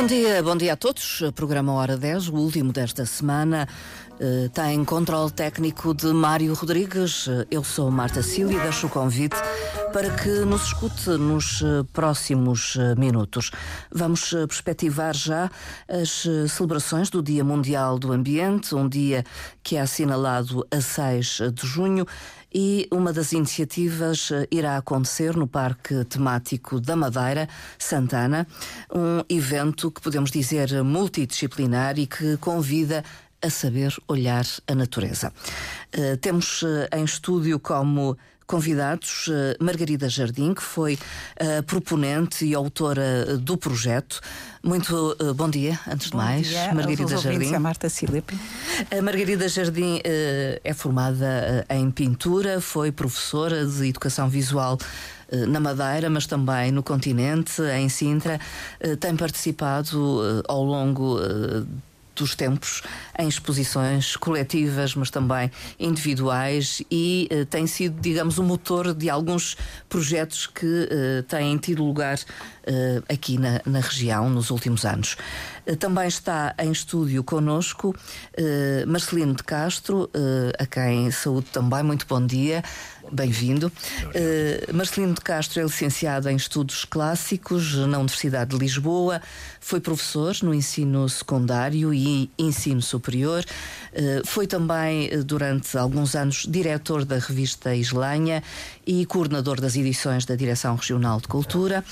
Bom dia a todos. Programa Hora 10, o último desta semana. Tem controle técnico de Mário Rodrigues. Eu sou Marta Cília e deixo o convite para que nos escute nos próximos minutos. Vamos perspectivar já as celebrações do Dia Mundial do Ambiente, um dia que é assinalado a 6 de junho. E uma das iniciativas irá acontecer no Parque Temático da Madeira, Santana, um evento que podemos dizer multidisciplinar e que convida a saber olhar a natureza. Temos em estúdio como convidados Margarida Jardim, que foi a proponente e autora do projeto. Muito bom dia, antes de mais, dia, Margarida Jardim. A Marta Cília. A Margarida Jardim é formada em pintura, foi professora de educação visual na Madeira, mas também no continente, em Sintra. Tem participado ao longo dos tempos em exposições coletivas, mas também individuais, e tem sido, digamos, o motor de alguns projetos que têm tido lugar aqui na região nos últimos anos. Também está em estúdio connosco Marcelino de Castro, a quem saúdo também. Muito bom dia. Bem-vindo. Marcelino de Castro é licenciado em Estudos Clássicos na Universidade de Lisboa, foi professor no ensino secundário e ensino superior, foi também durante alguns anos diretor da revista Islândia e coordenador das edições da Direção Regional de Cultura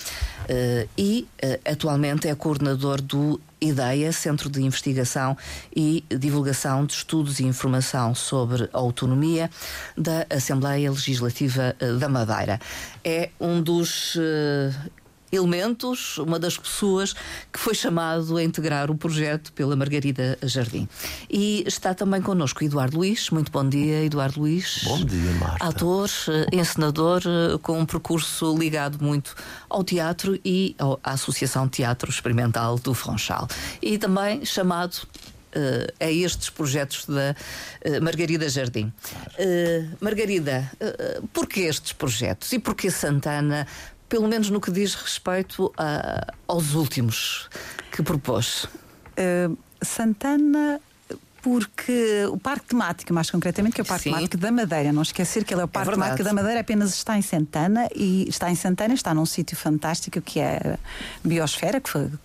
e atualmente é coordenador do IDEA, Centro de Investigação e Divulgação de Estudos e Informação sobre a Autonomia da Assembleia Legislativa da Madeira. É um dos elementos, uma das pessoas que foi chamado a integrar o projeto pela Margarida Jardim. E está também connosco Eduardo Luís. Muito bom dia, Eduardo Luís. Bom dia, Marta. Ator, encenador, com um percurso ligado muito ao teatro e à Associação Teatro Experimental do Funchal. E também chamado a estes projetos da Margarida Jardim. Margarida, porquê estes projetos e porquê Santana, pelo menos no que diz respeito aos últimos que propôs? Santana, porque o Parque Temático, mais concretamente, que é o Parque Temático da Madeira, não esquecer que ele é o Parque Temático da Madeira, apenas está em Santana, e está num sítio fantástico que é a Biosfera, que foi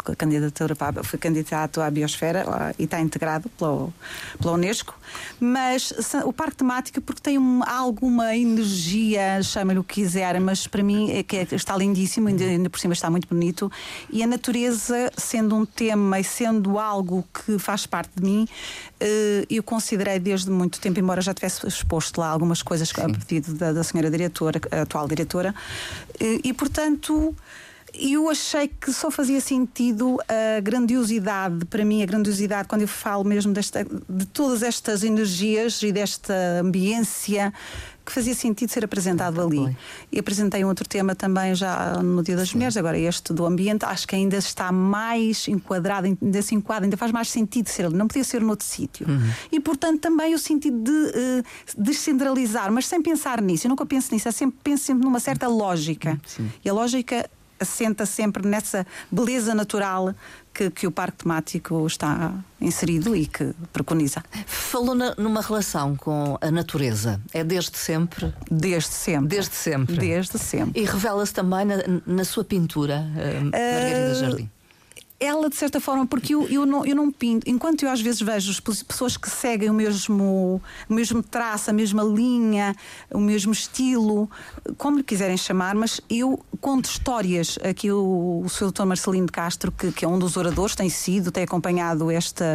candidato à Biosfera e está integrado pela Unesco. Mas o Parque Temático, porque tem alguma energia, chama-lhe o que quiser, mas para mim está lindíssimo, ainda por cima está muito bonito, e a natureza, sendo um tema e sendo algo que faz parte de mim, eu considerei desde muito tempo, embora já tivesse exposto lá algumas coisas a pedido da senhora diretora, a atual diretora, e portanto eu achei que só fazia sentido a grandiosidade, para mim, quando eu falo mesmo de todas estas energias e desta ambiência, que fazia sentido ser apresentado ali. E apresentei um outro tema também já no Dia das Mulheres, agora este do ambiente, acho que ainda está mais enquadrado, ainda faz mais sentido ser ali, não podia ser noutro sítio. E portanto também o sentido de descentralizar, mas sem pensar nisso, eu nunca penso nisso, penso sempre numa certa lógica. E a lógica assenta sempre nessa beleza natural que o Parque Temático está inserido e que preconiza. Falou numa relação com a natureza. É desde sempre? Desde sempre. Desde sempre. Desde sempre. E revela-se também na sua pintura, Margarida Jardim. Ela, de certa forma, porque eu não pinto, enquanto eu às vezes vejo pessoas que seguem o mesmo traço, a mesma linha, o mesmo estilo, como lhe quiserem chamar, mas eu conto histórias. Aqui o Sr. Dr. Marcelino de Castro, que é um dos oradores, tem acompanhado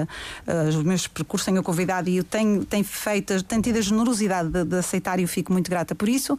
os meus percursos, tenho convidado, e eu tenho tido a generosidade de aceitar, e eu fico muito grata por isso.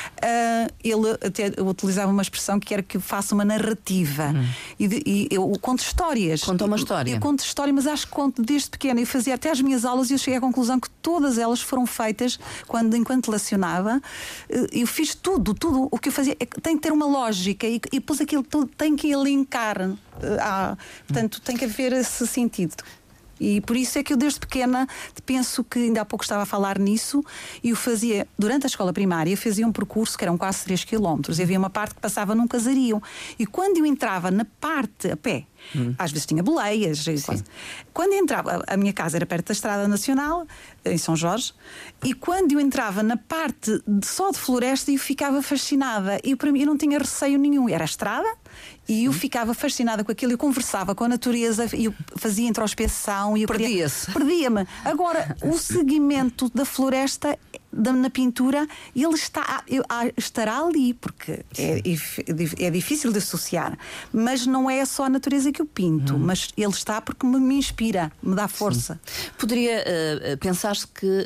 Ele até utilizava uma expressão que era que eu faça uma narrativa. E eu conto histórias. Conta uma história. Eu conto história, mas acho que conto desde pequena. Eu fazia até as minhas aulas e eu cheguei à conclusão que todas elas foram feitas enquanto lecionava. Eu fiz tudo o que eu fazia. Tem que ter uma lógica e depois aquilo tudo tem que elencar. Portanto, tem que haver esse sentido. E por isso é que eu desde pequena penso que, ainda há pouco estava a falar nisso, e eu fazia, durante a escola primária, fazia um percurso que eram quase 3 km, e havia uma parte que passava num casario. E quando eu entrava na parte a pé, às vezes tinha boleias, quando eu entrava, a minha casa era perto da Estrada Nacional, em São Jorge, e quando eu entrava na parte só de floresta, eu ficava fascinada. E para mim eu não tinha receio nenhum, era a estrada. E eu ficava fascinada com aquilo, eu conversava com a natureza, eu fazia introspeção e perdia-me. Agora, o segmento da floresta na pintura, ele estará ali, porque é difícil de associar, mas não é só a natureza que eu pinto, mas ele está porque me inspira, me dá força. Sim. Poderia pensar-se que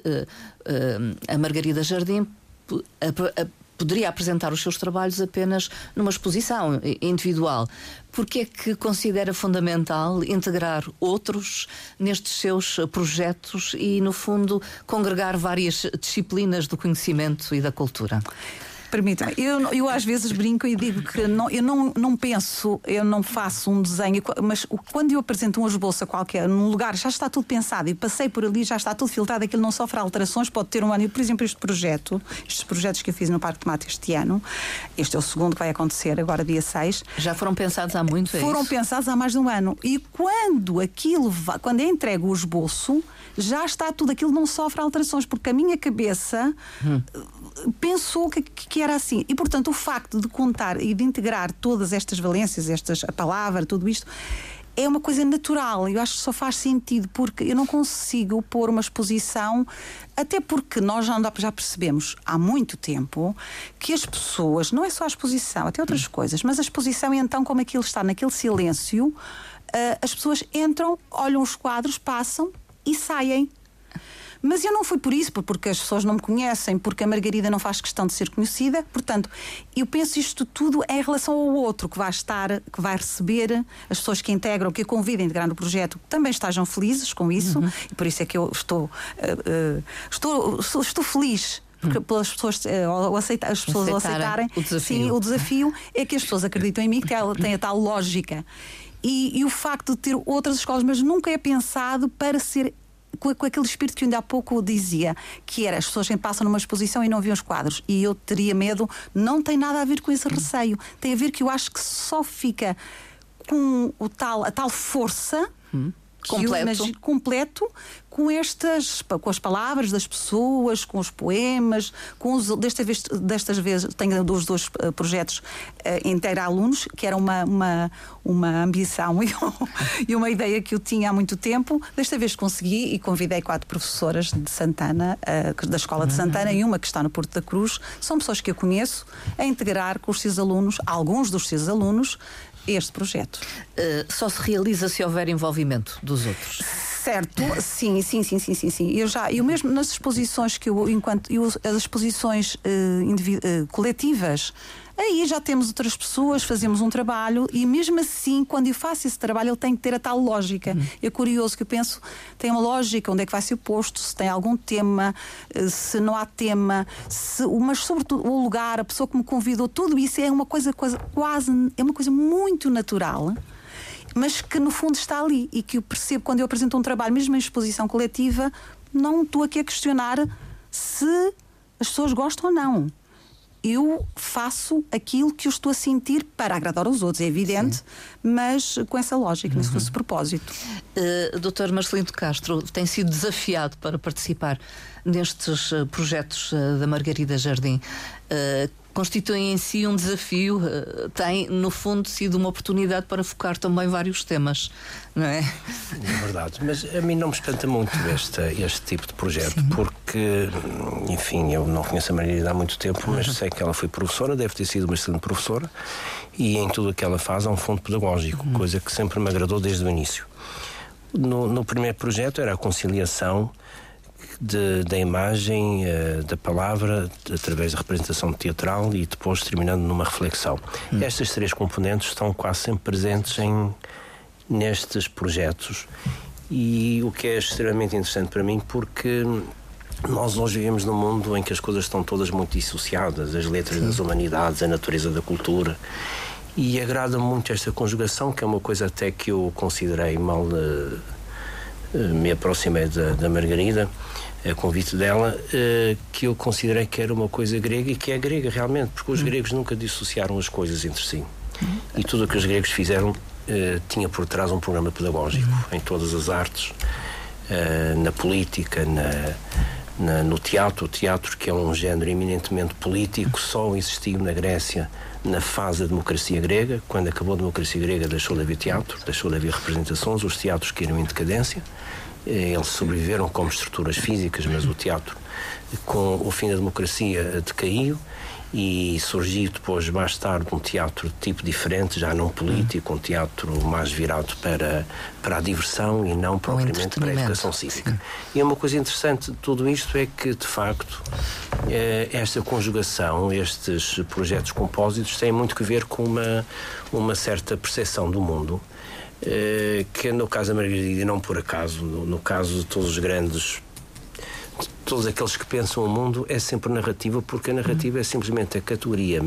a Margarida Jardim poderia apresentar os seus trabalhos apenas numa exposição individual. Porque é que considera fundamental integrar outros nestes seus projetos e, no fundo, congregar várias disciplinas do conhecimento e da cultura? Permita-me, eu às vezes brinco e digo que eu não penso, eu não faço um desenho, mas quando eu apresento um esboço a qualquer, num lugar, já está tudo pensado e passei por ali, já está tudo filtrado, aquilo não sofre alterações, pode ter um ano. Por exemplo, estes projetos que eu fiz no Parque Temático este ano, este é o segundo que vai acontecer agora dia 6. Já foram pensados há muito, Foram pensados há mais de um ano. E quando é entregue o esboço, já está tudo, aquilo não sofre alterações, porque a minha cabeça pensou que era assim. E, portanto, o facto de contar e de integrar todas estas valências, a palavra, tudo isto, é uma coisa natural. Eu acho que só faz sentido, porque eu não consigo pôr uma exposição, até porque nós já percebemos há muito tempo que as pessoas, não é só a exposição, até outras coisas, mas a exposição, então, como aquilo está naquele silêncio, as pessoas entram, olham os quadros, passam e saem. Mas eu não fui por isso, porque as pessoas não me conhecem, porque a Margarida não faz questão de ser conhecida. Portanto, eu penso isto tudo em relação ao outro que vai receber, as pessoas que integram, que a convidam a integrar no projeto, que também estejam felizes com isso. E por isso é que eu estou feliz. Porque pelas pessoas, as pessoas aceitarem o desafio. Sim, o desafio é que as pessoas acreditam em mim, que tem a tal lógica. E o facto de ter outras escolas, mas nunca é pensado para ser com aquele espírito que ainda há pouco dizia, que era as pessoas que passam numa exposição e não viam os quadros, e eu teria medo. Não tem nada a ver com esse receio, tem a ver que eu acho que só fica com a tal força completo com as palavras das pessoas, com os poemas, destas vezes tenho dos dois projetos integrar alunos, que era uma ambição e uma ideia que eu tinha há muito tempo. Desta vez consegui e convidei 4 professoras de Santana, da Escola de Santana, e uma que está no Porto da Cruz. São pessoas que eu conheço, a integrar com os seus alunos, alguns dos seus alunos, este projeto. Só se realiza se houver envolvimento dos outros. Certo, sim. Eu mesmo nas exposições as exposições coletivas, aí já temos outras pessoas, fazemos um trabalho, e mesmo assim, quando eu faço esse trabalho, ele tem que ter a tal lógica. É curioso que eu penso, tem uma lógica, onde é que vai ser posto, se tem algum tema, se não há tema, mas sobretudo o lugar, a pessoa que me convidou, tudo isso é uma coisa muito natural, mas que no fundo está ali, e que eu percebo quando eu apresento um trabalho, mesmo em exposição coletiva, não estou aqui a questionar se as pessoas gostam ou não. Eu faço aquilo que eu estou a sentir para agradar aos outros, é evidente, mas com essa lógica, com esse propósito. Dr. Marcelino de Castro tem sido desafiado para participar nestes projetos da Margarida Jardim. Constituem em si um desafio, tem, no fundo, sido uma oportunidade para focar também vários temas, não é? É verdade, mas a mim não me espanta muito este tipo de projeto, porque, enfim, eu não conheço a Margarida há muito tempo, mas sei que ela foi professora, deve ter sido uma excelente professora, e em tudo o que ela faz há um fundo pedagógico, coisa que sempre me agradou desde o início. No primeiro projeto era a conciliação da imagem, da palavra, através da representação teatral, e depois terminando numa reflexão. Estas 3 componentes estão quase sempre presentes nestes projetos, e o que é extremamente interessante para mim, porque nós hoje vivemos num mundo em que as coisas estão todas muito dissociadas, as letras das humanidades, a natureza da cultura, e agrada-me muito esta conjugação, que é uma coisa até que eu considerei mal me aproximei da Margarida, a convite dela, que eu considerei que era uma coisa grega, e que é grega realmente, porque os gregos nunca dissociaram as coisas entre si. E tudo o que os gregos fizeram tinha por trás um programa pedagógico, em todas as artes, na política, no teatro. O teatro, que é um género eminentemente político, só existiu na Grécia na fase da democracia grega. Quando acabou a democracia grega, deixou de haver teatro, deixou de haver representações, os teatros caíram em decadência. Eles sobreviveram como estruturas físicas, mas o teatro, com o fim da democracia, decaiu, e surgiu depois, mais tarde, um teatro de tipo diferente, já não político, um teatro mais virado para a diversão e não propriamente para a educação cívica. Sim. E uma coisa interessante de tudo isto é que, de facto, esta conjugação, estes projetos compósitos, têm muito que ver com uma certa percepção do mundo, que no caso da Margarida, não por acaso, no caso de todos os grandes, todos aqueles que pensam o mundo, é sempre narrativa, porque a narrativa é simplesmente a categoria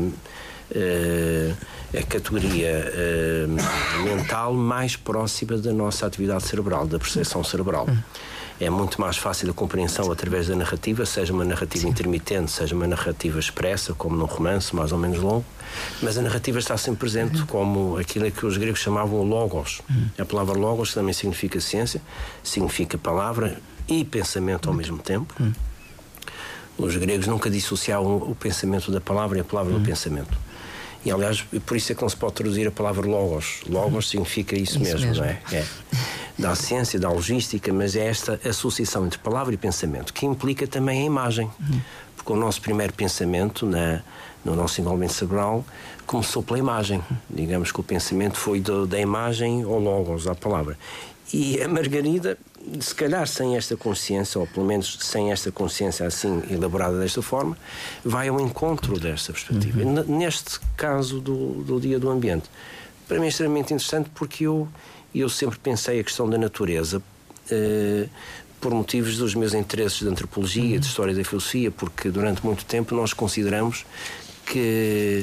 mental mais próxima da nossa atividade cerebral, da percepção cerebral. É muito mais fácil a compreensão através da narrativa, seja uma narrativa intermitente, seja uma narrativa expressa, como num romance mais ou menos longo, mas a narrativa está sempre presente como aquilo que os gregos chamavam logos. A palavra logos também significa ciência, significa palavra e pensamento ao mesmo tempo. Os gregos nunca dissociavam o pensamento da palavra e a palavra do pensamento. E, aliás, por isso é que não se pode traduzir a palavra logos. Logos significa isso mesmo, não é? Da ciência, da logística, mas é esta associação entre palavra e pensamento, que implica também a imagem. Porque o nosso primeiro pensamento, no nosso desenvolvimento cerebral, começou pela imagem. Digamos que o pensamento foi da imagem ao logos, à palavra. E a Margarida, se calhar sem esta consciência, ou pelo menos sem esta consciência assim elaborada desta forma, vai ao encontro desta perspectiva. Neste caso do Dia do Ambiente, para mim é extremamente interessante, porque eu sempre pensei a questão da natureza por motivos dos meus interesses de antropologia, de história da filosofia, porque durante muito tempo nós consideramos que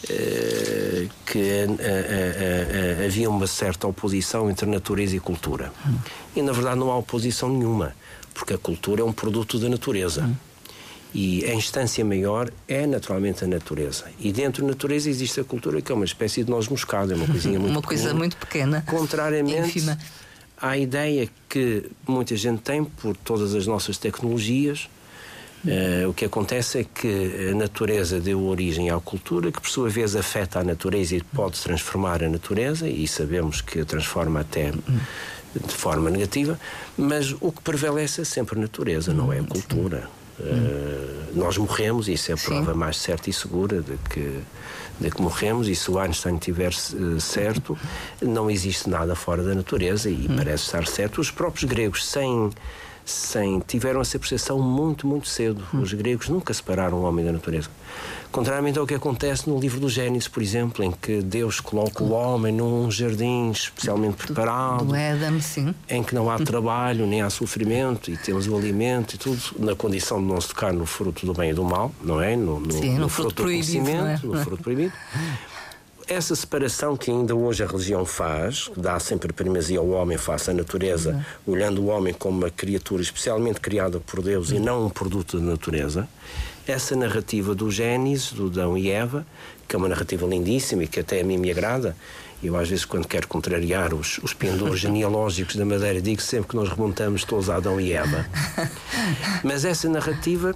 havia uma certa oposição entre natureza e cultura. E na verdade não há oposição nenhuma, porque a cultura é um produto da natureza. E a instância maior é naturalmente a natureza. E dentro da natureza existe a cultura, que é uma espécie de noz moscada, é uma coisinha muito uma coisa muito pequena. Contrariamente ínfima à ideia que muita gente tem por todas as nossas tecnologias. O que acontece é que a natureza deu origem à cultura, que por sua vez afeta a natureza e pode transformar a natureza, e sabemos que a transforma até de forma negativa, mas o que prevalece é sempre a natureza, não é a cultura. Nós morremos, e isso é a prova mais certa e segura de que morremos, e se o Einstein estiver certo, não existe nada fora da natureza, e parece estar certo. Os próprios gregos, tiveram essa percepção muito, muito cedo. Os gregos nunca separaram o homem da natureza. Contrariamente ao que acontece no livro do Gênesis, por exemplo, em que Deus coloca o homem num jardim especialmente preparado, do Éden, sim, em que não há trabalho, nem há sofrimento, e temos o alimento e tudo, na condição de não se tocar no fruto do bem e do mal, não é? No fruto do conhecimento, no fruto proibido. Essa separação que ainda hoje a religião faz, que dá sempre primazia ao homem face à natureza, olhando o homem como uma criatura especialmente criada por Deus e não um produto da natureza, essa narrativa do Gênesis, do Adão e Eva, que é uma narrativa lindíssima e que até a mim me agrada. Eu às vezes, quando quero contrariar os pendores genealógicos da Madeira, digo sempre que nós remontamos todos a Adão e Eva. Mas essa narrativa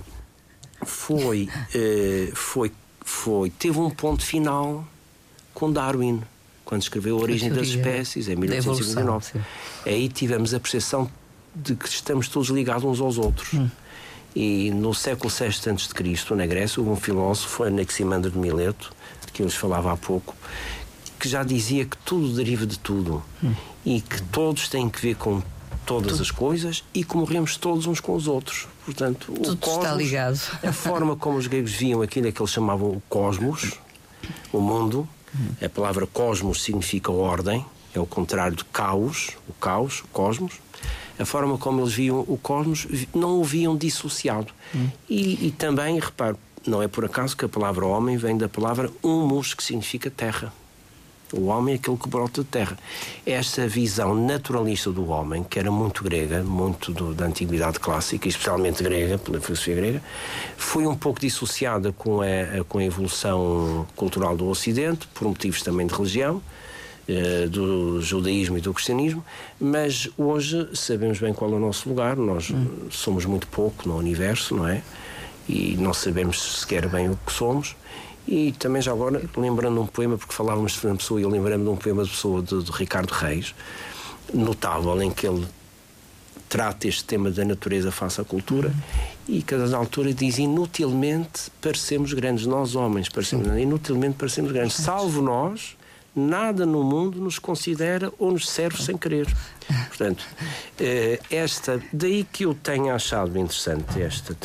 teve um ponto final com Darwin, quando escreveu A Origem das Espécies, em 1859. Aí tivemos a percepção de que estamos todos ligados uns aos outros. E no século VI a.C., na Grécia, houve um filósofo, Anaximandro de Mileto, de que eu lhes falava há pouco, que já dizia que tudo deriva de tudo e que todos têm que ver com todas as coisas e que morremos todos uns com os outros. Portanto, tudo o cosmos, está ligado. A forma como os gregos viam aquilo que eles chamavam o cosmos, o mundo. A palavra cosmos significa ordem, é o contrário de caos, o cosmos. A forma como eles viam o cosmos, não o viam dissociado. E também, repare, não é por acaso que a palavra homem vem da palavra humus, que significa terra. O homem é aquele que brota de terra. Esta visão naturalista do homem, que era muito grega, muito da antiguidade clássica, especialmente grega, pela filosofia grega, foi um pouco dissociada com a evolução cultural do Ocidente, por motivos também de religião, do judaísmo e do cristianismo, mas hoje sabemos bem qual é o nosso lugar. Nós somos muito pouco no universo, não é? E não sabemos sequer bem o que somos. E também já agora, lembrando um poema, porque falávamos de Fernando Pessoa, e eu lembrei-me de um poema de Pessoa de Ricardo Reis, notável, em que ele trata este tema da natureza face à cultura, e cada altura diz: inutilmente parecemos grandes, nós homens inutilmente parecemos grandes, salvo nós, nada no mundo nos considera ou nos serve sem querer. Portanto, daí que eu tenho achado interessante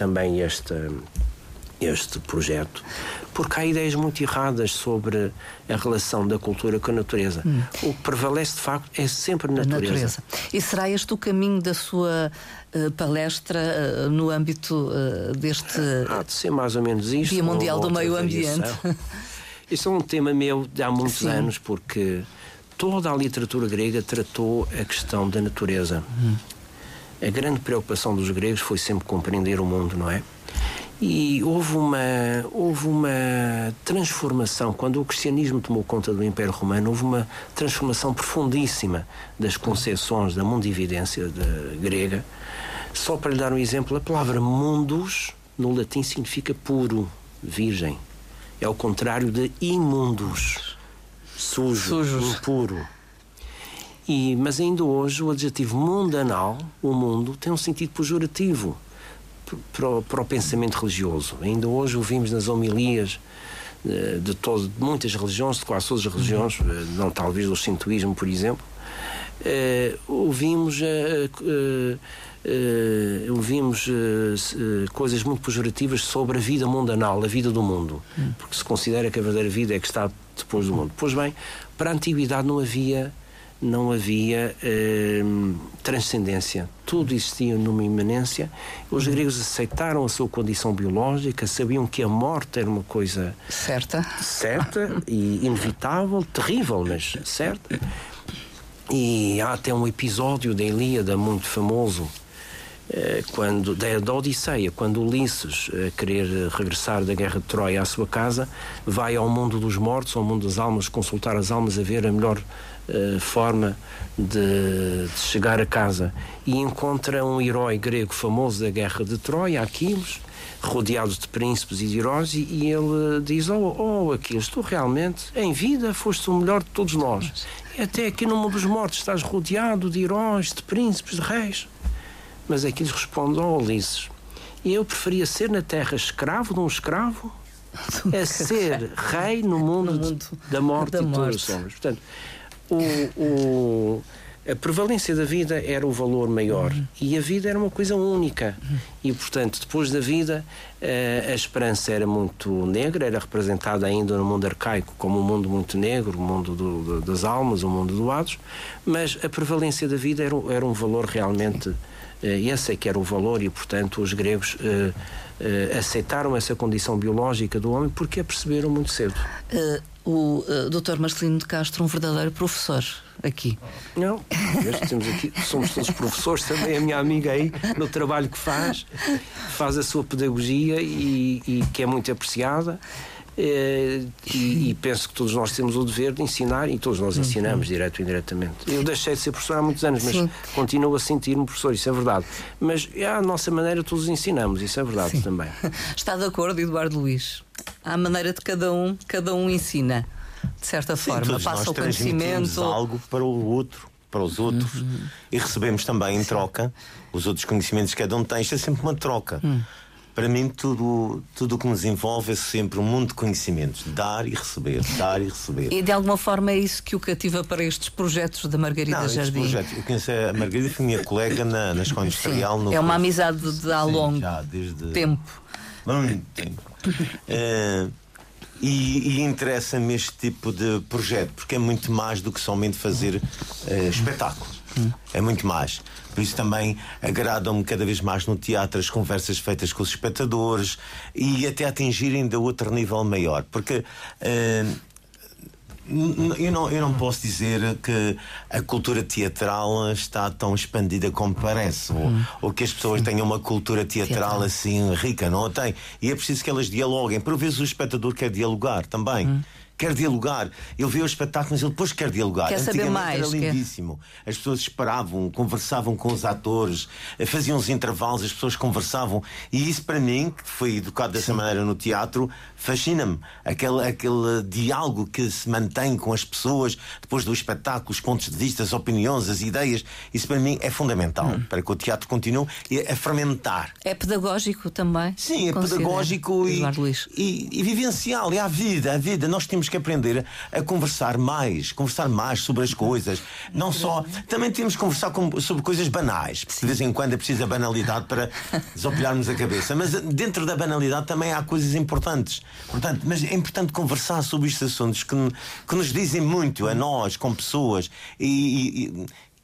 este projeto, porque há ideias muito erradas sobre a relação da cultura com a natureza. O que prevalece de facto é sempre a natureza. E será este o caminho da sua palestra no âmbito deste há de ser mais ou menos isto, Dia Mundial do Meio Ambiente? Isso é um tema meu de há muitos anos, porque toda a literatura grega tratou a questão da natureza. A grande preocupação dos gregos foi sempre compreender o mundo, não é? E houve uma transformação. Quando o cristianismo tomou conta do Império Romano, houve uma transformação profundíssima das concepções da mundividência grega. Só para lhe dar um exemplo, a palavra mundus no latim significa puro, virgem. É o contrário de imundus, sujos, impuro. Mas ainda hoje o adjetivo mundanal, o mundo, tem um sentido pejorativo para o pensamento religioso. Ainda hoje ouvimos nas homilias de muitas religiões, de quase todas as religiões, não talvez do shintoísmo, por exemplo, ouvimos coisas muito pejorativas sobre a vida mundanal, a vida do mundo, porque se considera que a verdadeira vida é que está depois do mundo. Pois bem, para a antiguidade não havia transcendência. Tudo existia numa imanência. Os gregos aceitaram a sua condição biológica, sabiam que a morte era uma coisa certa e inevitável, terrível, mas certa. E há até um episódio da Ilíada muito famoso, da Odisseia, quando Ulisses, a querer regressar da guerra de Troia à sua casa, vai ao mundo dos mortos, ao mundo das almas, consultar as almas, a ver a melhor forma de chegar a casa, e encontra um herói grego famoso da guerra de Troia, Aquiles, rodeado de príncipes e de heróis, e ele diz: Aquiles, tu realmente em vida foste o melhor de todos nós, e até aqui no mundo dos mortos estás rodeado de heróis, de príncipes, de reis. Mas Aquiles responde: Ulisses, eu preferia ser na terra escravo de um escravo a ser rei no mundo da morte e todas as sombras. Portanto, a prevalência da vida era o valor maior, e a vida era uma coisa única, e portanto depois da vida a esperança era muito negra, era representada ainda no mundo arcaico como um mundo muito negro, o mundo das almas, o mundo do Hades, mas a prevalência da vida era um valor realmente, esse é que era o valor, e portanto os gregos aceitaram essa condição biológica do homem porque a perceberam muito cedo. O Dr. Marcelino de Castro, um verdadeiro professor aqui. Não, temos aqui, somos todos professores, também a minha amiga aí, no trabalho que faz a sua pedagogia e que é muito apreciada. E penso que todos nós temos o dever de ensinar, e todos nós ensinamos, direto ou indiretamente. Eu deixei de ser professor há muitos anos, mas continuo a sentir-me professor, isso é verdade. Mas à nossa maneira todos ensinamos, isso é verdade também. Está de acordo, Eduardo Luís? À maneira de cada um ensina, de certa forma, passa o conhecimento. Algo para o outro, para os outros, e recebemos também em troca os outros conhecimentos que cada um tem. Isto é sempre uma troca. Para mim, tudo o que nos envolve é sempre um mundo de conhecimentos. Dar e receber, dar e receber. E de alguma forma é isso que o cativa para estes projetos da Margarida Jardim? Eu conheço a Margarida, foi minha colega na Escola Industrial. É uma amizade de há longo tempo. Muito tempo. E interessa-me este tipo de projeto, porque é muito mais do que somente fazer espetáculo. É muito mais. Por isso também agradam-me cada vez mais no teatro as conversas feitas com os espectadores, e até atingirem de outro nível maior, porque Eu não posso dizer que a cultura teatral está tão expandida como parece, ou que as pessoas tenham uma cultura teatral assim rica, não a tem. E é preciso que elas dialoguem. Por vezes o espectador quer dialogar também. Quer dialogar, ele vê o espetáculo, mas ele depois quer dialogar. Quer saber mais. Era lindíssimo. As pessoas esperavam, conversavam com os atores, faziam os intervalos, as pessoas conversavam. E isso, para mim, que fui educado dessa maneira no teatro, fascina-me. Aquele diálogo que se mantém com as pessoas depois do espetáculo, os pontos de vista, as opiniões, as ideias. Isso, para mim, é fundamental para que o teatro continue a fermentar. É pedagógico também? Sim, é pedagógico e vivencial. É a vida. Nós temos que aprender a conversar mais sobre as coisas. Não só. Também temos que conversar sobre coisas banais. De vez em quando é preciso a banalidade para desopilharmos a cabeça. Mas dentro da banalidade também há coisas importantes. Portanto, mas é importante conversar sobre estes assuntos que nos dizem muito a nós, como pessoas, e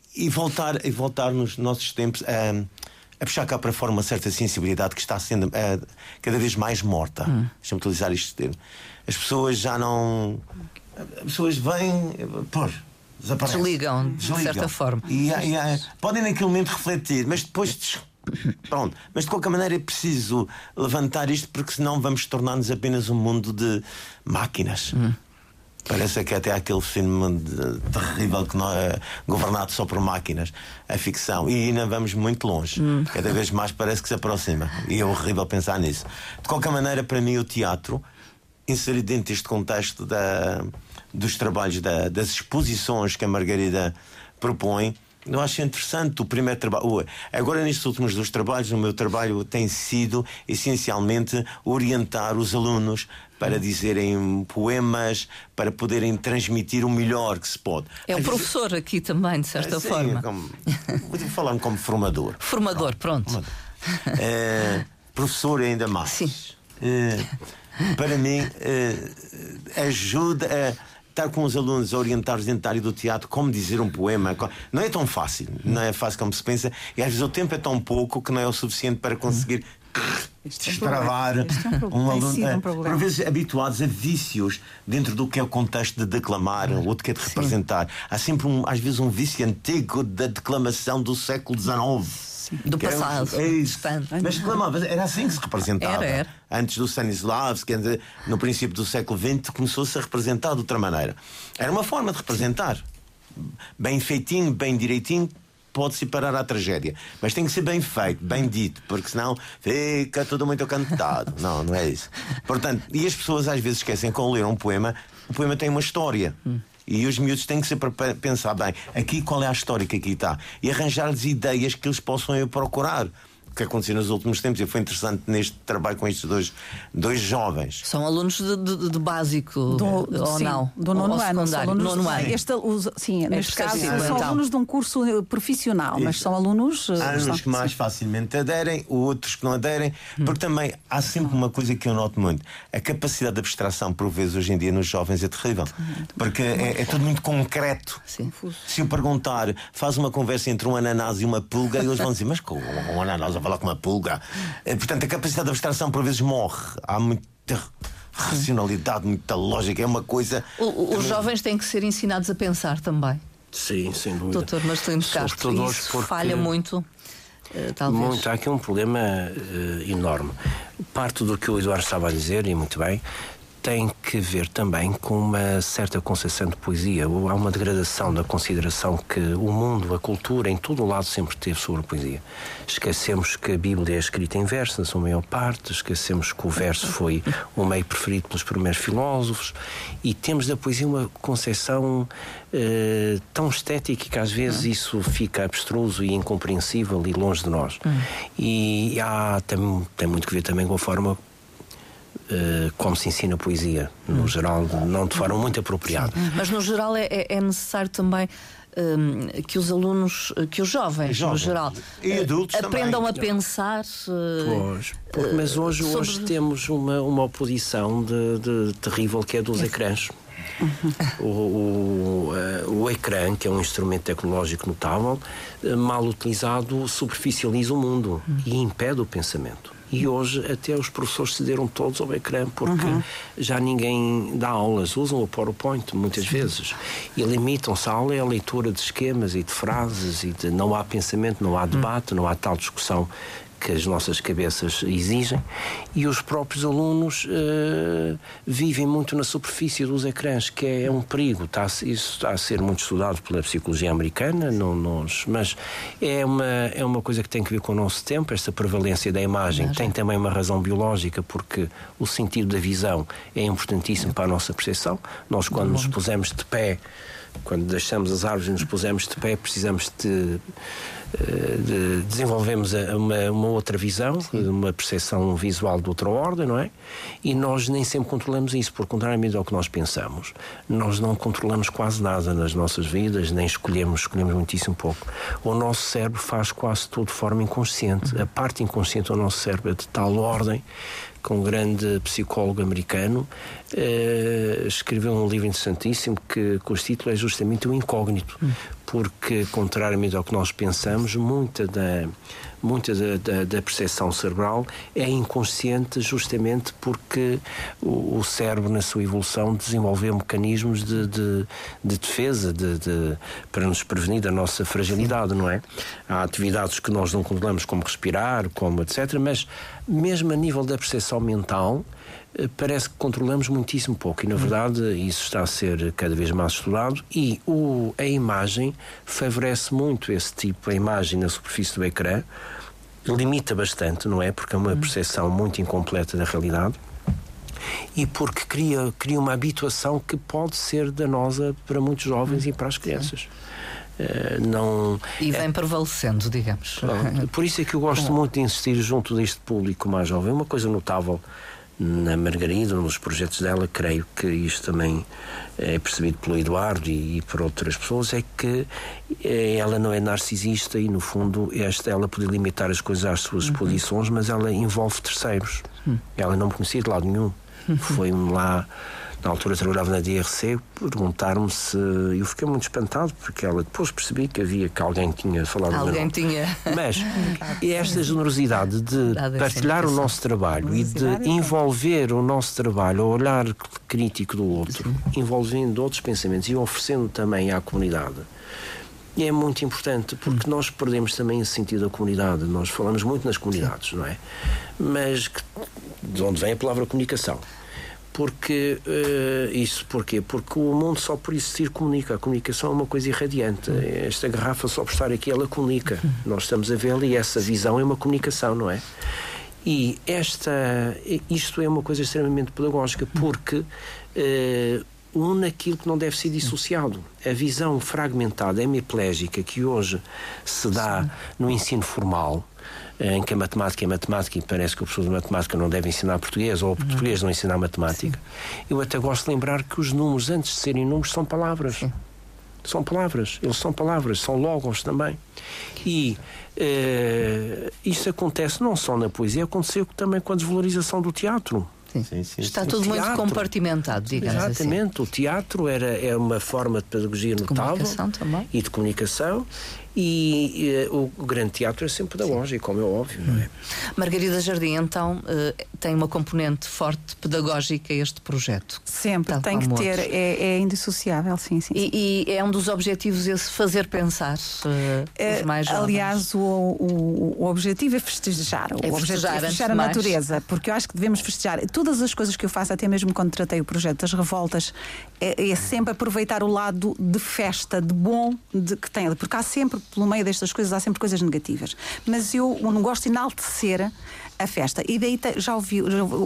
voltar nos nossos tempos a puxar cá para fora uma certa sensibilidade que está sendo cada vez mais morta. Deixa-me utilizar este termo. As pessoas já não. As pessoas vêm. Desaparecem. Desligam, de certa forma. Podem naquele momento refletir, mas depois. Pronto. Mas de qualquer maneira é preciso levantar isto, porque senão vamos tornar-nos apenas um mundo de máquinas. Parece que até aquele filme terrível que não é governado só por máquinas, a ficção, e ainda vamos muito longe. Cada vez mais parece que se aproxima, e é horrível pensar nisso. De qualquer maneira, para mim, o teatro, inserido dentro deste contexto dos trabalhos, das exposições que a Margarida propõe, eu acho interessante. O primeiro trabalho, agora nestes últimos 2 trabalhos, o meu trabalho tem sido essencialmente orientar os alunos para dizerem poemas, para poderem transmitir o melhor que se pode. É o professor aqui também, de certa forma. Vou falar-me como formador. Formador, pronto. Professor ainda mais. Sim. Para mim, ajuda a estar com os alunos, a orientar-os dentro da área do teatro, como dizer um poema. Não é tão fácil, não é fácil como se pensa, e às vezes o tempo é tão pouco que não é o suficiente para conseguir destravar um aluno. Por vezes habituados a vícios dentro do que é o contexto de declamar ou de que é de representar. Há sempre às vezes um vício antigo da declamação do século XIX. Do passado. Mas declamava, era assim que se representava. Era. Antes do Stanislavski, no princípio do século XX, começou-se a representar de outra maneira. Era uma forma de representar. Bem feitinho, bem direitinho, pode-se parar à tragédia. Mas tem que ser bem feito, bem dito, porque senão fica tudo muito cantado. Não é isso. Portanto, e as pessoas às vezes esquecem que ao ler um poema, o poema tem uma história. E os miúdos têm que ser para pensar bem, aqui qual é a história que aqui está, e arranjar-lhes ideias que eles possam ir procurar. O que aconteceu nos últimos tempos, e foi interessante neste trabalho com estes dois jovens. São alunos de básico, ou sim, não? Do nono ano. Nono ano. Sim, neste caso são alunos de um curso profissional, mas são alunos. Há uns que mais facilmente aderem, outros que não aderem, porque também há sempre uma coisa que eu noto muito: a capacidade de abstração, por vezes, hoje em dia, nos jovens é terrível. Porque é tudo muito concreto. Sim. Se eu perguntar, faz uma conversa entre um ananás e uma pulga, eles vão dizer, mas com um ananás a falar com uma pulga. Portanto, a capacidade de abstração por vezes morre. Há muita racionalidade, muita lógica. É uma coisa. Os jovens têm que ser ensinados a pensar também. Sim, sem dúvida. Doutor Marcelino Castro, isso falha muito. Talvez. Muito. Há aqui um problema enorme. Parte do que o Eduardo estava a dizer, e muito bem, tem que ver também com uma certa concepção de poesia. Há uma degradação da consideração que o mundo, a cultura, em todo o lado sempre teve sobre a poesia. Esquecemos que a Bíblia é escrita em verso, na sua maior parte, esquecemos que o verso foi o meio preferido pelos primeiros filósofos, e temos da poesia uma concepção tão estética que às vezes isso fica abstruso e incompreensível e longe de nós. E tem muito que ver também com a forma como se ensina poesia, no geral, não de forma muito apropriada. Mas no geral é necessário também que os alunos, que os jovens no geral, e adultos aprendam também. A pensar. Mas hoje temos uma oposição de terrível, que é dos ecrãs. O ecrã, que é um instrumento tecnológico notável, mal utilizado, superficializa o mundo e impede o pensamento. E hoje até os professores cederam todos ao ecrã, porque já ninguém dá aulas, usam o PowerPoint muitas vezes e limitam-se. A aula é a leitura de esquemas e de frases, e não há pensamento, não há debate, não há tal discussão que as nossas cabeças exigem, e os próprios alunos vivem muito na superfície dos ecrãs, que é um perigo. Isso está a ser muito estudado pela psicologia americana, mas é uma coisa que tem que ver com o nosso tempo. Esta prevalência da imagem tem também uma razão biológica, porque o sentido da visão é importantíssimo para a nossa percepção. Nós, quando nos pusemos de pé, quando deixamos as árvores e nos pusemos de pé, precisamos desenvolvemos uma outra visão, uma percepção visual de outra ordem, não é? E nós nem sempre controlamos isso, porque, contrariamente ao que nós pensamos, nós não controlamos quase nada nas nossas vidas, nem escolhemos muitíssimo pouco. O nosso cérebro faz quase tudo de forma inconsciente. A parte inconsciente do nosso cérebro é de tal ordem que um grande psicólogo americano escreveu um livro interessantíssimo cujo título é justamente o incógnito, porque, contrariamente ao que nós pensamos, muita da percepção cerebral é inconsciente, justamente porque o cérebro, na sua evolução, desenvolveu mecanismos de defesa para nos prevenir da nossa fragilidade, não é? Há atividades que nós não controlamos, como respirar, como etc., mas mesmo a nível da percepção mental, parece que controlamos muitíssimo pouco, e na verdade isso está a ser cada vez mais estudado, e a imagem favorece muito esse tipo. A imagem na superfície do ecrã limita bastante, não é? Porque é uma percepção muito incompleta da realidade, e porque cria uma habituação que pode ser danosa para muitos jovens e para as crianças. E vem prevalecendo, digamos. Por isso é que eu gosto muito de insistir junto deste público mais jovem. Uma coisa notável na Margarida, nos projetos dela, creio que isto também é percebido pelo Eduardo e por outras pessoas, é que ela não é narcisista, e no fundo ela podia limitar as coisas às suas exposições, mas ela envolve terceiros. Ela não me conhecia de lado nenhum. Foi-me lá, na altura trabalhava na DRC, perguntaram-me se... Eu fiquei muito espantado, porque ela depois percebi que alguém tinha falado do meu nome. Mas esta generosidade de partilhar o nosso trabalho e de envolver o nosso trabalho ao olhar crítico do outro, envolvendo outros pensamentos e oferecendo também à comunidade, é muito importante, porque nós perdemos também esse sentido da comunidade. Nós falamos muito nas comunidades, não é? Mas de onde vem a palavra comunicação? Porque isso porquê? Porque o mundo só por existir comunica. A comunicação é uma coisa irradiante. Esta garrafa, só por estar aqui, ela comunica. Nós estamos a vê-la, e essa visão é uma comunicação, não é? E isto é uma coisa extremamente pedagógica, porque une aquilo que não deve ser dissociado. A visão fragmentada, hemiplégica, que hoje se dá no ensino formal, em que a matemática é matemática, e parece que o professor de matemática não deve ensinar português, ou o português não ensinar matemática. Eu até gosto de lembrar que os números, antes de serem números, são palavras. São palavras, eles são palavras, são logos também. E isso acontece não só na poesia, aconteceu também com a desvalorização do teatro. Sim. Está tudo muito compartimentado, digamos assim. Exatamente, o teatro é uma forma de pedagogia notável e de comunicação, e o grande teatro é sempre pedagógico, como é óbvio, não é? Margarida Jardim, então, tem uma componente forte pedagógica este projeto. Sempre, tem que ter, é indissociável, sim. E é um dos objetivos esse, fazer pensar os mais jovens. Aliás, o objetivo é festejar. O objetivo é festejar a natureza, porque eu acho que devemos festejar. Todas as coisas que eu faço, até mesmo quando tratei o projeto das revoltas, é sempre aproveitar o lado de festa, de bom que tem, porque há sempre, pelo meio destas coisas, há sempre coisas negativas. Mas eu não gosto de enaltecer a festa. E daí já ouvi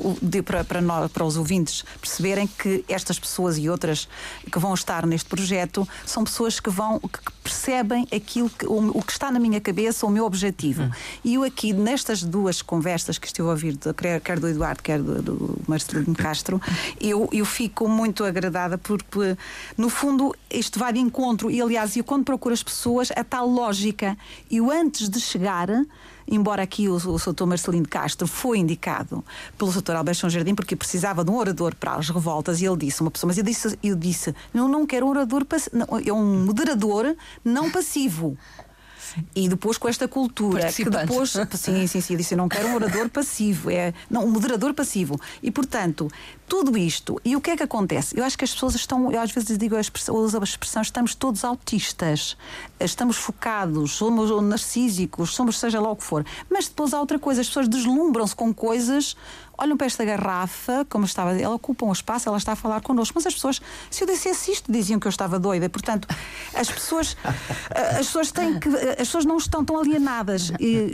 para os ouvintes perceberem que estas pessoas e outras que vão estar neste projeto são pessoas que percebem aquilo o que está na minha cabeça, o meu objetivo. E eu aqui, nestas duas conversas que estive a ouvir, quer do Eduardo, quer do Marcelino Castro, eu fico muito agradada, porque no fundo isto vai de encontro. E aliás, eu quando procuro as pessoas, a tal lógica, eu antes de chegar, embora aqui o Sr. Marcelino Castro foi indicado pelo Sr. Alberto São Jardim porque precisava de um orador para as revoltas, e ele disse uma pessoa, mas eu disse não quero um orador, é um moderador não passivo. E depois com esta cultura que depois, sim, eu disse, eu não quero um orador passivo, um moderador passivo. E portanto, tudo isto, e o que é que acontece? Eu acho que as pessoas estão, eu às vezes uso a expressão, estamos todos autistas, estamos focados, somos narcísicos, somos seja lá o que for. Mas depois há outra coisa, as pessoas deslumbram-se com coisas, olham para esta garrafa, como estava, ela ocupa um espaço, ela está a falar connosco, mas as pessoas, se eu dissesse isto, diziam que eu estava doida. Portanto, as pessoas não estão tão alienadas,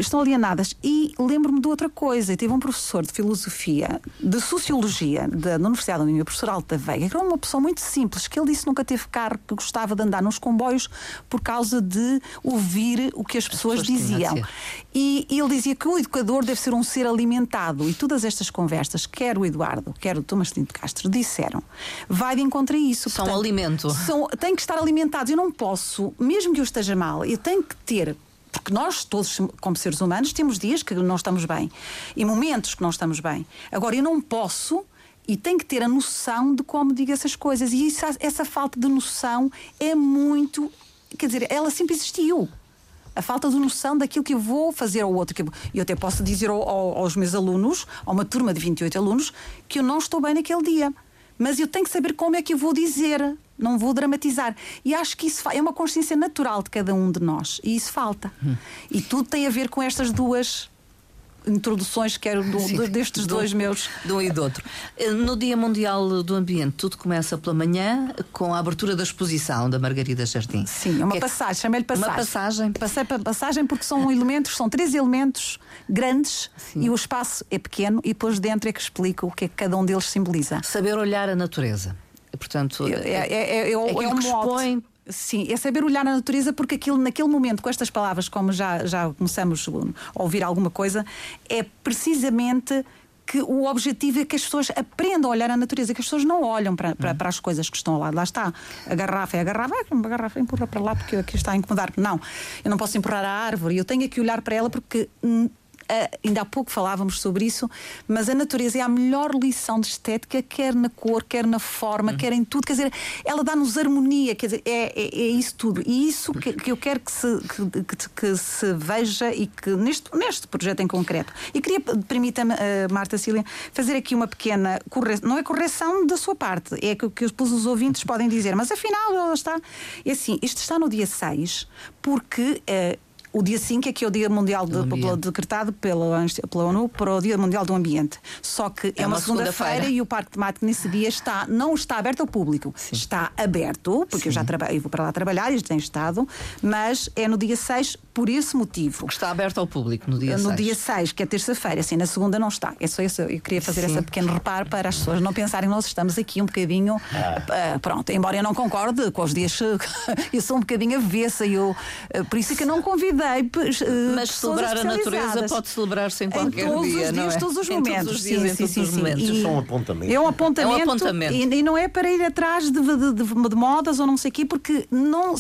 e lembro-me de outra coisa. Eu tive um professor de filosofia, de sociologia, da Universidade da União, o professor Alta Veiga, que era uma pessoa muito simples, que ele disse que nunca teve carro, que gostava de andar nos comboios por causa de ouvir o que as pessoas diziam. E ele dizia que o educador deve ser um ser alimentado, e todas estas conversas, quer o Eduardo, quer o Tomás Tinto de Castro, disseram, vai de encontro a isso. São alimento. Têm que estar alimentados. Eu não posso, mesmo que eu esteja mal, eu tenho que ter, porque nós todos, como seres humanos, temos dias que não estamos bem e momentos que não estamos bem. Agora, eu não posso e tenho que ter a noção de como digo essas coisas. E essa falta de noção é muito... Quer dizer, ela sempre existiu. A falta de noção daquilo que eu vou fazer ao outro. Eu até posso dizer aos meus alunos, a uma turma de 28 alunos, que eu não estou bem naquele dia. Mas eu tenho que saber como é que eu vou dizer. Não vou dramatizar. E acho que isso é uma consciência natural de cada um de nós. E isso falta. E tudo tem a ver com estas duas introduções, quero destes dois meus. De um e do outro. No Dia Mundial do Ambiente, tudo começa pela manhã com a abertura da exposição da Margarida Jardim. Sim, é uma passagem, chamei-lhe passagem. Uma passagem. Passei para passagem porque são elementos, são 3 elementos grandes. Sim. E o espaço é pequeno e depois dentro é que explica o que é que cada um deles simboliza. Saber olhar a natureza. Portanto, é um que expõe. Sim, é saber olhar a natureza, porque naquele momento, com estas palavras, como já começamos a ouvir alguma coisa, é precisamente que o objetivo é que as pessoas aprendam a olhar a natureza, que as pessoas não olham para as coisas que estão ao lado. Lá está, a garrafa, uma garrafa empurra para lá porque aqui está a incomodar. Não, eu não posso empurrar a árvore, eu tenho que olhar para ela porque... ainda há pouco falávamos sobre isso, mas a natureza é a melhor lição de estética, quer na cor, quer na forma, quer em tudo. Quer dizer, ela dá-nos harmonia, quer dizer, é isso tudo. E isso que eu quero que se veja e que neste projeto em concreto. E queria, permita-me, Marta Cília, fazer aqui uma pequena correção. Não é correção da sua parte, é que os ouvintes podem dizer, mas afinal ela está... É assim, isto está no dia 6, porque... o dia 5 é que é o Dia Mundial decretado pela ONU para o Dia Mundial do Ambiente. Só que é uma segunda-feira e o Parque Temático nesse dia não está aberto ao público. Sim. Está aberto, porque eu vou para lá trabalhar e tenho estado, mas é no dia 6 por esse motivo. Porque está aberto ao público no dia 6. No dia 6, que é terça-feira, assim, na segunda não está. É só isso, eu queria fazer esse pequeno reparo para as pessoas não pensarem que nós estamos aqui um bocadinho... pronto, embora eu não concorde com os dias... eu sou um bocadinho avessa, por isso é que eu não convidei. Mas celebrar a natureza pode celebrar-se em qualquer dia, não é? Todos os momentos. Todos os dias, em todos os momentos. Isso é um apontamento. É um apontamento. E não é para ir atrás de modas ou não sei o quê, porque não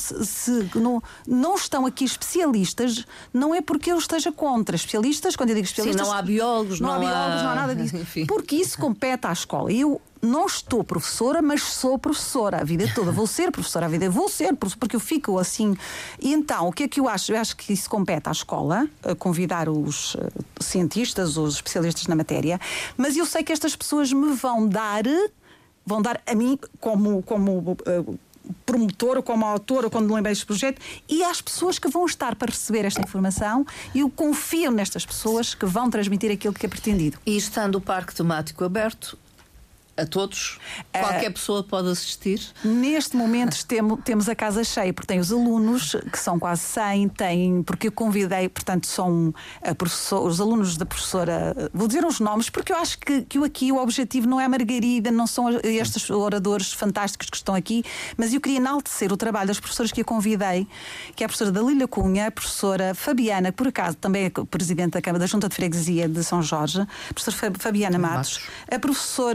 estão aqui especialistas, não é porque eu esteja contra. Especialistas, quando eu digo especialistas... Sim, não há biólogos, não há nada disso. Enfim. Porque isso compete à escola. Eu não estou professora, mas sou professora a vida toda. Vou ser professora a vida, porque eu fico assim. E então, o que é que eu acho? Eu acho que isso compete à escola, a convidar os cientistas, os especialistas na matéria, mas eu sei que estas pessoas me vão dar a mim como promotora, como autora, quando me lembrei deste projeto, e às pessoas que vão estar para receber esta informação, e eu confio nestas pessoas que vão transmitir aquilo que é pretendido. E estando o parque temático aberto a todos, qualquer pessoa pode assistir? Neste momento temos a casa cheia, porque tem os alunos, que são quase 100, porque eu convidei, portanto, são os alunos da professora, vou dizer uns nomes, porque eu acho que aqui o objetivo não é a Margarida, não são estes oradores fantásticos que estão aqui, mas eu queria enaltecer o trabalho das professoras que eu convidei, que é a professora Dalila Cunha, a professora Fabiana, por acaso também é presidente da Junta de Freguesia de São Jorge, a professora Fabiana Matos, a professora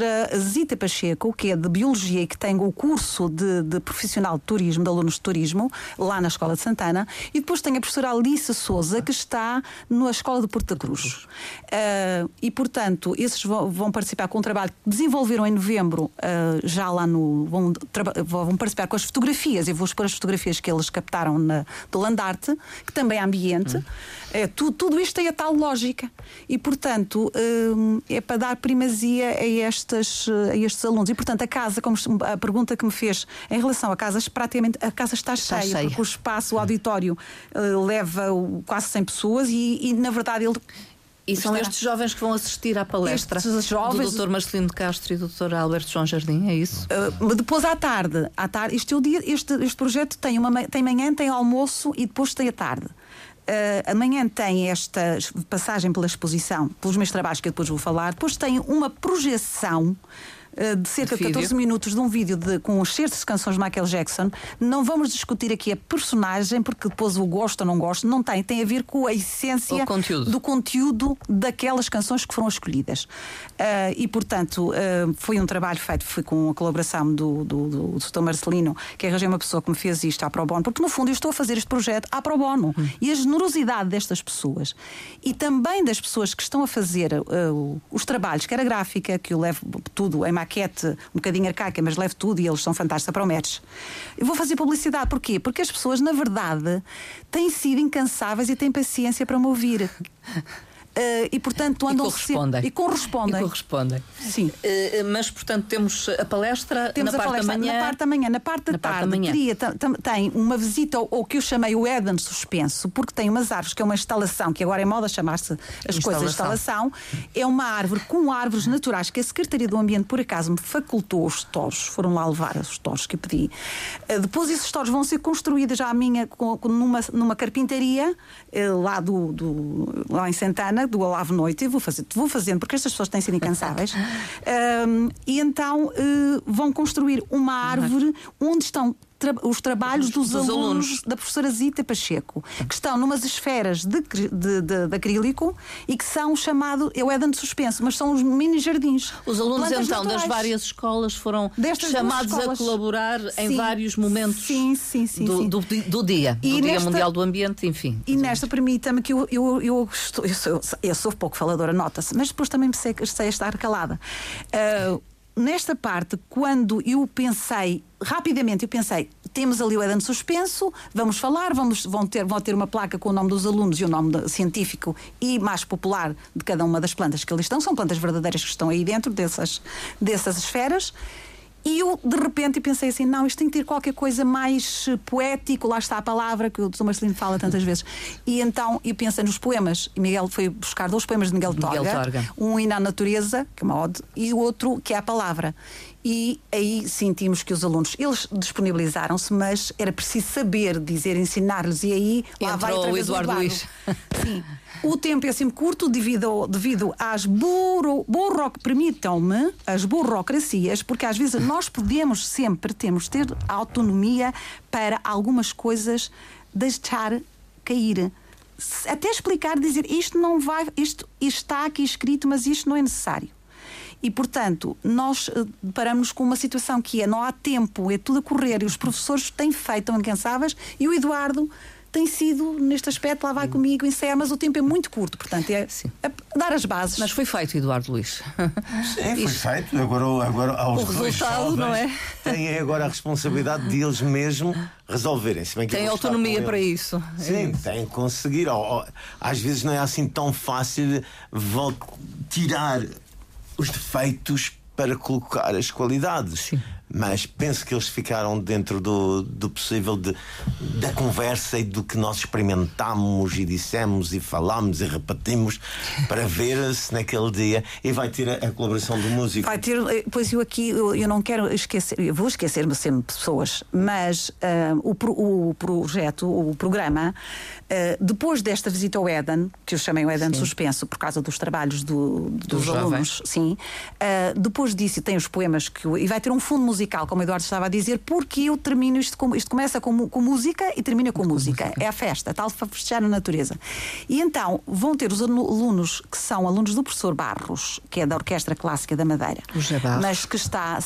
Zita Pacheco, que é de Biologia e que tem o curso de profissional de turismo, de alunos de turismo, lá na Escola de Santana, e depois tem a professora Alice Souza, que está na Escola de Porto da Cruz. E, portanto, esses vão participar com um trabalho que desenvolveram em novembro, já lá no... Vão participar com as fotografias. Eu vou expor as fotografias que eles captaram do Landarte, que também é ambiente. Tudo isto tem a tal lógica. E, portanto, é para dar primazia a estes alunos. E, portanto, a casa, como a pergunta que me fez em relação à casa, praticamente a casa está cheia. Porque o espaço, o auditório, leva quase 100 pessoas e na verdade, ele... E são estes jovens que vão assistir à palestra do Dr. Marcelino de Castro e do Dr. Alberto João Jardim, é isso? Depois à tarde, este projeto tem manhã, tem almoço e depois tem a tarde. Amanhã tem esta passagem pela exposição, pelos meus trabalhos que eu depois vou falar. Depois tem uma projeção de cerca de 14 minutos de um vídeo com os certos de canções de Michael Jackson. Não vamos discutir aqui a personagem, porque depois o gosto ou não gosto, não tem a ver com a essência do conteúdo daquelas canções que foram escolhidas. E, portanto, foi um trabalho feito, foi com a colaboração do Dr. Marcelino, que arranjei uma pessoa que me fez isto à pro bono, porque no fundo eu estou a fazer este projeto à pro bono. E a generosidade destas pessoas e também das pessoas que estão a fazer os trabalhos, quer a gráfica, que eu levo tudo em maquete, um bocadinho arcaica, mas levo tudo e eles são fantásticos para o match. Eu vou fazer publicidade, porquê? Porque as pessoas, na verdade, têm sido incansáveis e têm paciência para me ouvir. E, portanto, andam e correspondem. Sim. Mas, portanto, temos a palestra na parte da manhã. Na parte da manhã. Na parte da tarde, tem uma visita ao que eu chamei o Éden suspenso, porque tem umas árvores, que é uma instalação, que agora é moda chamar-se as coisas de instalação. É uma árvore com árvores naturais que a Secretaria do Ambiente, por acaso, me facultou os torres. Foram lá levar os torres que eu pedi. Depois, esses torres vão ser construídos já numa carpintaria, lá em Santana, do Olavo Noite. Eu vou fazendo, porque estas pessoas têm sido incansáveis. E então vão construir uma árvore onde estão os trabalhos dos alunos da professora Zita Pacheco, que estão numas esferas de acrílico e que são é o Éden de suspenso, mas são os mini jardins. Os alunos então das várias escolas foram chamados a colaborar em vários momentos do dia, do Dia Mundial do Ambiente, enfim. E nesta, permita-me que eu sou pouco faladora, nota-se, mas depois também sei estar calada. Nesta parte, quando eu pensei, rapidamente temos ali o Éden suspenso, vamos falar, vão ter uma placa com o nome dos alunos e o nome científico e mais popular de cada uma das plantas que ali estão. São plantas verdadeiras que estão aí dentro dessas esferas. E eu, de repente, pensei assim, não, isto tem que ter qualquer coisa mais poético, lá está a palavra que o Dr. Marcelino fala tantas vezes. E então eu pensei nos poemas, e Miguel foi buscar 2 poemas de Miguel Torga, um hino à natureza, que é uma ode, e o outro que é a palavra. E aí sentimos que os alunos, eles disponibilizaram-se, mas era preciso saber dizer, ensinar-lhes, e aí lá vai outra vez o Eduardo Luís. Sim. O tempo é sempre curto devido às permitam-me, as burocracias, porque às vezes nós temos de ter autonomia para algumas coisas deixar cair. Até explicar, dizer, isto não vai, isto está aqui escrito, mas isto não é necessário. E, portanto, nós paramos com uma situação que não há tempo, é tudo a correr, e os professores têm feito, estão incansáveis, e o Eduardo tem sido, neste aspecto, lá vai comigo, ensaiar, mas o tempo é muito curto, portanto, é dar as bases. Mas foi feito, Eduardo Luís. Sim, foi feito. Agora aos dois jovens, não é? Têm agora a responsabilidade de eles mesmos resolverem. Se bem que tem autonomia para isso. Sim, têm que conseguir. Às vezes não é assim tão fácil tirar os defeitos para colocar as qualidades. Sim. Mas penso que eles ficaram dentro do possível da conversa e do que nós experimentámos e dissemos e falámos e repetimos para ver se naquele dia. E vai ter a colaboração do músico. Vai ter, pois eu não quero esquecer, eu vou esquecer-me sempre de pessoas, mas o projeto, o programa, depois desta visita ao Éden, que eu chamei o Éden suspenso por causa dos trabalhos dos alunos, sim, depois disso tem os poemas e vai ter um fundo musical musical, como o Eduardo estava a dizer, porque eu termino isto começa com música e termina com música. É a festa, tal para festejar a natureza. E então vão ter os alunos que são alunos do professor Barros, que é da Orquestra Clássica da Madeira, mas que está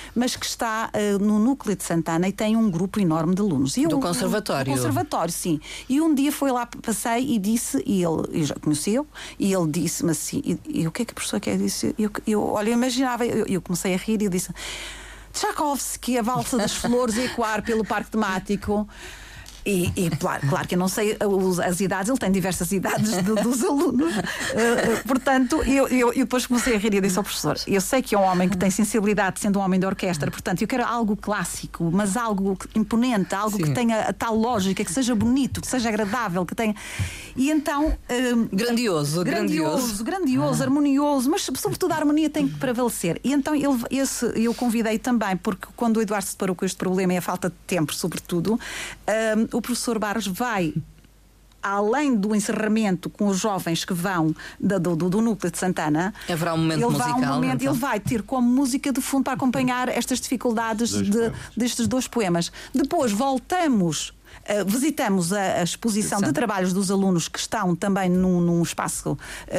no núcleo de Santana e tem um grupo enorme de alunos. Do conservatório. Do conservatório, sim. E um dia foi lá, passei e disse, e ele já conheceu, e ele disse-me assim, e o que é que a professora quer dizer? Olha, eu imaginava, eu comecei a rir e eu disse: Tchaikovsky, a Valsa das Flores, a ecoar pelo parque temático. E claro que eu não sei as idades, ele tem diversas idades dos alunos, portanto eu depois comecei a rir e disse ao professor: eu sei que é um homem que tem sensibilidade, sendo um homem de orquestra, portanto eu quero algo clássico, mas algo imponente, algo que tenha a tal lógica, que seja bonito, que seja agradável, que tenha. E então grandioso, harmonioso, mas sobretudo a harmonia tem que prevalecer. E então eu convidei também, porque quando o Eduardo se deparou com este problema e a falta de tempo, sobretudo, o professor Barros vai, além do encerramento com os jovens que vão do núcleo de Santana, haverá um momento musical. Ele vai ter como música de fundo para acompanhar estas dificuldades destes 2 poemas. Depois voltamos. Visitamos a exposição de trabalhos dos alunos que estão também num espaço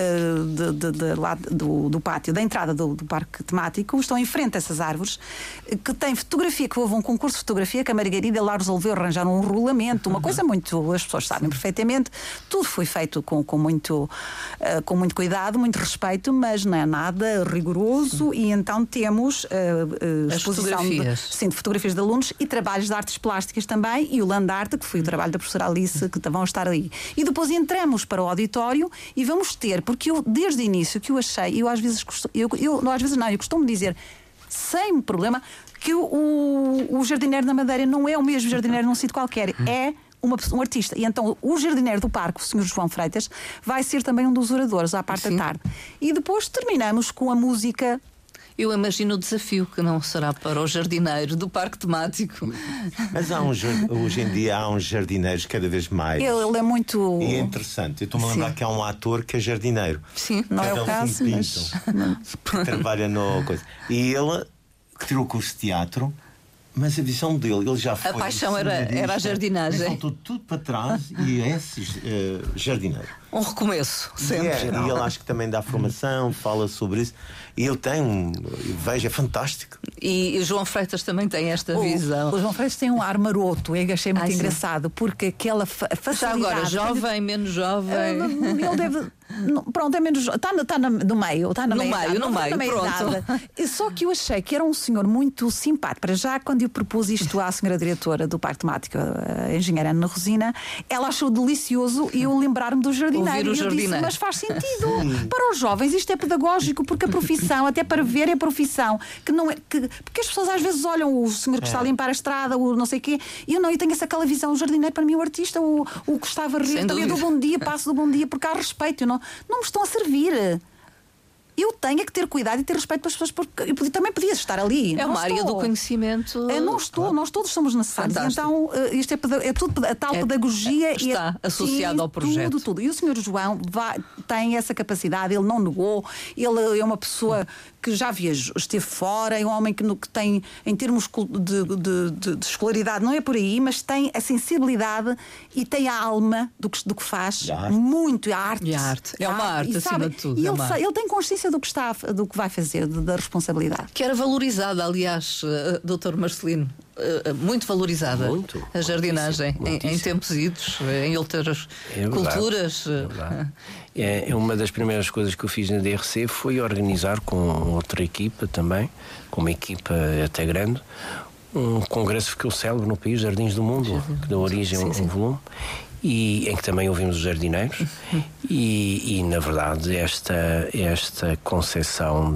lá do pátio, da entrada do parque temático. Estão em frente a essas árvores, que tem fotografia, que houve um concurso de fotografia que a Margarida lá resolveu arranjar um rolamento, uma coisa muito, as pessoas sabem perfeitamente, tudo foi feito com muito cuidado, muito respeito, mas não é nada rigoroso. E então temos exposição de fotografias de alunos e trabalhos de artes plásticas também, e o Land Art, que foi o trabalho da professora Alice, que vão estar ali. E depois entramos para o auditório e vamos ter, porque eu, desde o início, que eu achei, eu costumo dizer, sem problema, que o jardineiro da Madeira não é o mesmo jardineiro num sítio qualquer, é um artista. E então o jardineiro do parque, o Sr. João Freitas, vai ser também um dos oradores à parte da tarde. E depois terminamos com a música. Eu imagino o desafio que não será para o jardineiro do parque temático. Mas hoje em dia há uns jardineiros cada vez mais. Ele é muito. E é interessante. Eu estou-me a lembrar que há um ator que é jardineiro. Sim, não é o caso, mas que trabalha no coisa. E ele que tirou o curso de teatro. Mas a visão dele, ele já foi. A paixão era a jardinagem. Voltou tudo para trás e é jardineiro. Um recomeço, sempre. E ele acho que também dá formação, fala sobre isso. E ele tem veja, é fantástico. E o João Freitas também tem esta visão. O João Freitas tem um ar maroto, eu achei muito engraçado, porque aquela facilidade. Já agora, jovem, menos jovem. Ele deve. Pronto, é menos. Está no meio. Está no meio, pronto. Só que eu achei que era um senhor muito simpático. Para já, quando eu propus isto à senhora diretora do Parque Temático, a engenheira Ana Rosina, ela achou delicioso e eu lembrar-me do jardineiro. E eu disse, mas faz sentido. Para os jovens isto é pedagógico, porque a profissão, até para ver a profissão, que não é. Porque as pessoas às vezes olham o senhor que está a limpar a estrada, o não sei o quê, e eu tenho aquela visão. O jardineiro, para mim, o artista, o que está a varrer, também do bom dia, passo do bom dia, porque há respeito. Não me estão a servir. Eu tenho que ter cuidado e ter respeito pelas pessoas, porque eu também podia estar ali. É uma área do conhecimento. Não estou, claro. Nós todos somos necessários. Fantástico. Então, isto é tudo a tal pedagogia. Está associado ao projeto. Tudo. E o Sr. João tem essa capacidade, ele não negou, ele é uma pessoa que já viajou, esteve fora, é um homem que tem, em termos de escolaridade, não é por aí, mas tem a sensibilidade e tem a alma do que faz. Muito, a arte. E a arte. É uma arte, acima de tudo. E ele tem consciência do que vai fazer, da responsabilidade. Que era valorizada, aliás, Dr. Marcelino. Muito valorizada. Muito. A jardinagem em tempos idos, em outras culturas. É uma das primeiras coisas que eu fiz na DRC foi organizar com outra equipa também, com uma equipa até grande, um congresso que ficou célebre no país, Jardins do Mundo, que deu origem a um volume, e em que também ouvimos os jardineiros. E na verdade esta concepção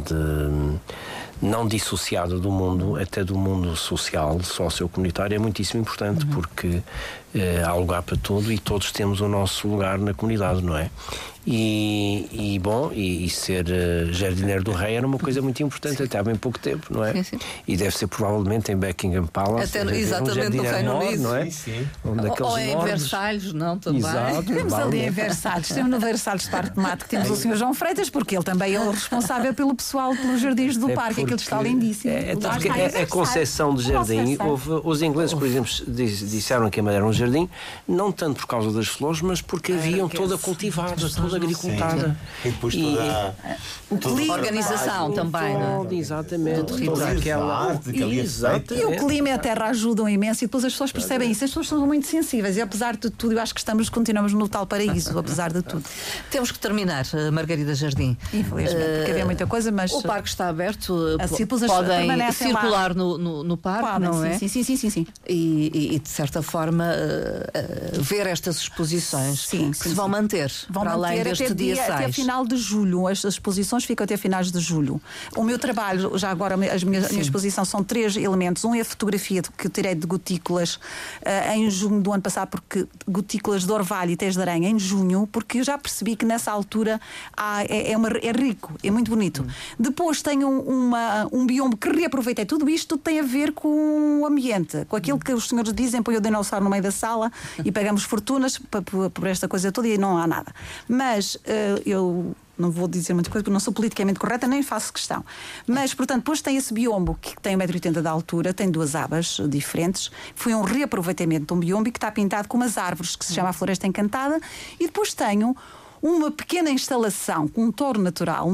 não dissociada do mundo, até do mundo social, sociocomunitário, é muitíssimo importante, porque há lugar para tudo e todos temos o nosso lugar na comunidade, não é? E ser jardineiro do rei era uma coisa muito importante até há bem pouco tempo, não é? Sim. E deve ser provavelmente em Buckingham Palace. Até, exatamente, no Reino Unido, não é? Sim. Ou em Versalhes, não, também. Exato, Temos ali em Versalhes, temos no Versalhes de Parque Temático, temos o Sr. João Freitas, porque ele também é o responsável pelo pessoal pelos jardins do parque, aquilo está lindíssimo. A concepção de jardim, os ingleses, por exemplo, disseram que a Madeira era um jardim, não tanto por causa das flores, mas porque haviam toda cultivada, toda agricultada. E depois toda a organização também, não é? Exatamente. Toda aquela. E o clima e a terra ajudam imenso e depois as pessoas percebem isso. As pessoas são muito sensíveis e apesar de tudo, eu acho que continuamos no tal paraíso, apesar de tudo. Temos que terminar, Margarida Jardim. Infelizmente, porque havia muita coisa, mas. O parque está aberto, podem podem circular no parque, podem, não é? Sim. E de certa forma ver estas exposições que se vão manter para além deste dia 6. Até final de julho. As exposições ficam até finais de julho. O meu trabalho, já agora, a minha exposição são 3 elementos. Um é a fotografia que eu tirei de gotículas em junho do ano passado, porque gotículas de orvalho e tez de aranha em junho, porque eu já percebi que nessa altura é rico, é muito bonito. Depois tenho um bioma que reaproveitei. Tudo isto tem a ver com o ambiente, com aquilo que os senhores dizem, põe o dinossauro no meio da sala e pagamos fortunas por esta coisa toda e não há nada. Mas eu não vou dizer muita coisa porque não sou politicamente correta, nem faço questão. Mas, portanto, depois tem esse biombo que tem 1,80 m de altura, tem 2 abas diferentes. Foi um reaproveitamento de um biombo que está pintado com umas árvores que se chama a Floresta Encantada. E depois tenho uma pequena instalação com um touro natural,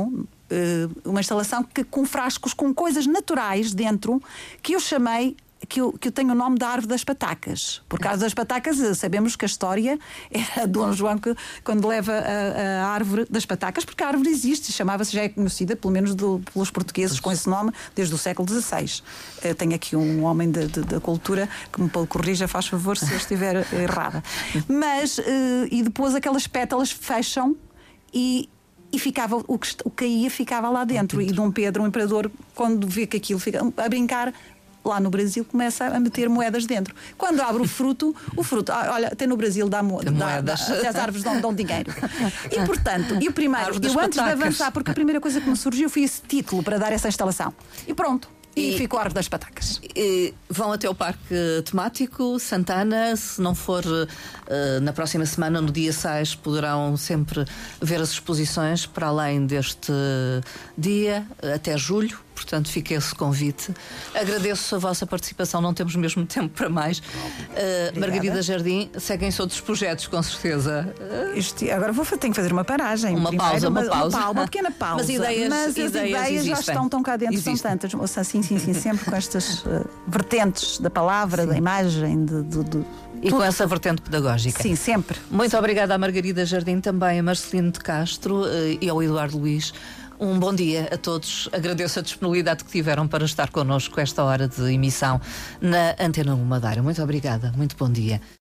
uma instalação com frascos com coisas naturais dentro que eu chamei. Que eu tenho o nome da árvore das patacas. Por causa das patacas, sabemos que a história era Dom João quando leva a árvore das patacas, porque a árvore existe, chamava-se, já é conhecida, pelo menos pelos portugueses, com esse nome, desde o século XVI. Tenho aqui um homem da cultura que me corrija, faz favor, se eu estiver errada. Mas, e depois aquelas pétalas fecham e ficava, o que caía ficava lá dentro. E Dom Pedro, o imperador, quando vê que aquilo fica a brincar, lá no Brasil começa a meter moedas dentro. Quando abre o fruto, olha, até no Brasil dá moedas. Até as árvores dão dinheiro. E portanto, e o primeiro, eu antes de avançar, porque a primeira coisa que me surgiu foi esse título para dar essa instalação. E pronto. E ficou a árvore das patacas. Vão até o Parque Temático Santana. Se não for na próxima semana, no dia 6, poderão sempre ver as exposições para além deste dia, até julho. Portanto, fica esse convite. Agradeço a vossa participação, não temos mesmo tempo para mais. Margarida Jardim, seguem-se outros projetos, com certeza. Agora tenho que fazer uma paragem. Uma pausa. Uma pequena pausa. Mas as ideias já estão cá dentro, são tantas. Sim, sempre com estas vertentes da palavra, da imagem, e com essa vertente pedagógica. Sim, sempre. Muito obrigada à Margarida Jardim, também a Marcelino de Castro e ao Eduardo Luís. Um bom dia a todos. Agradeço a disponibilidade que tiveram para estar connosco esta hora de emissão na Antena 1 Madeira. Muito obrigada. Muito bom dia.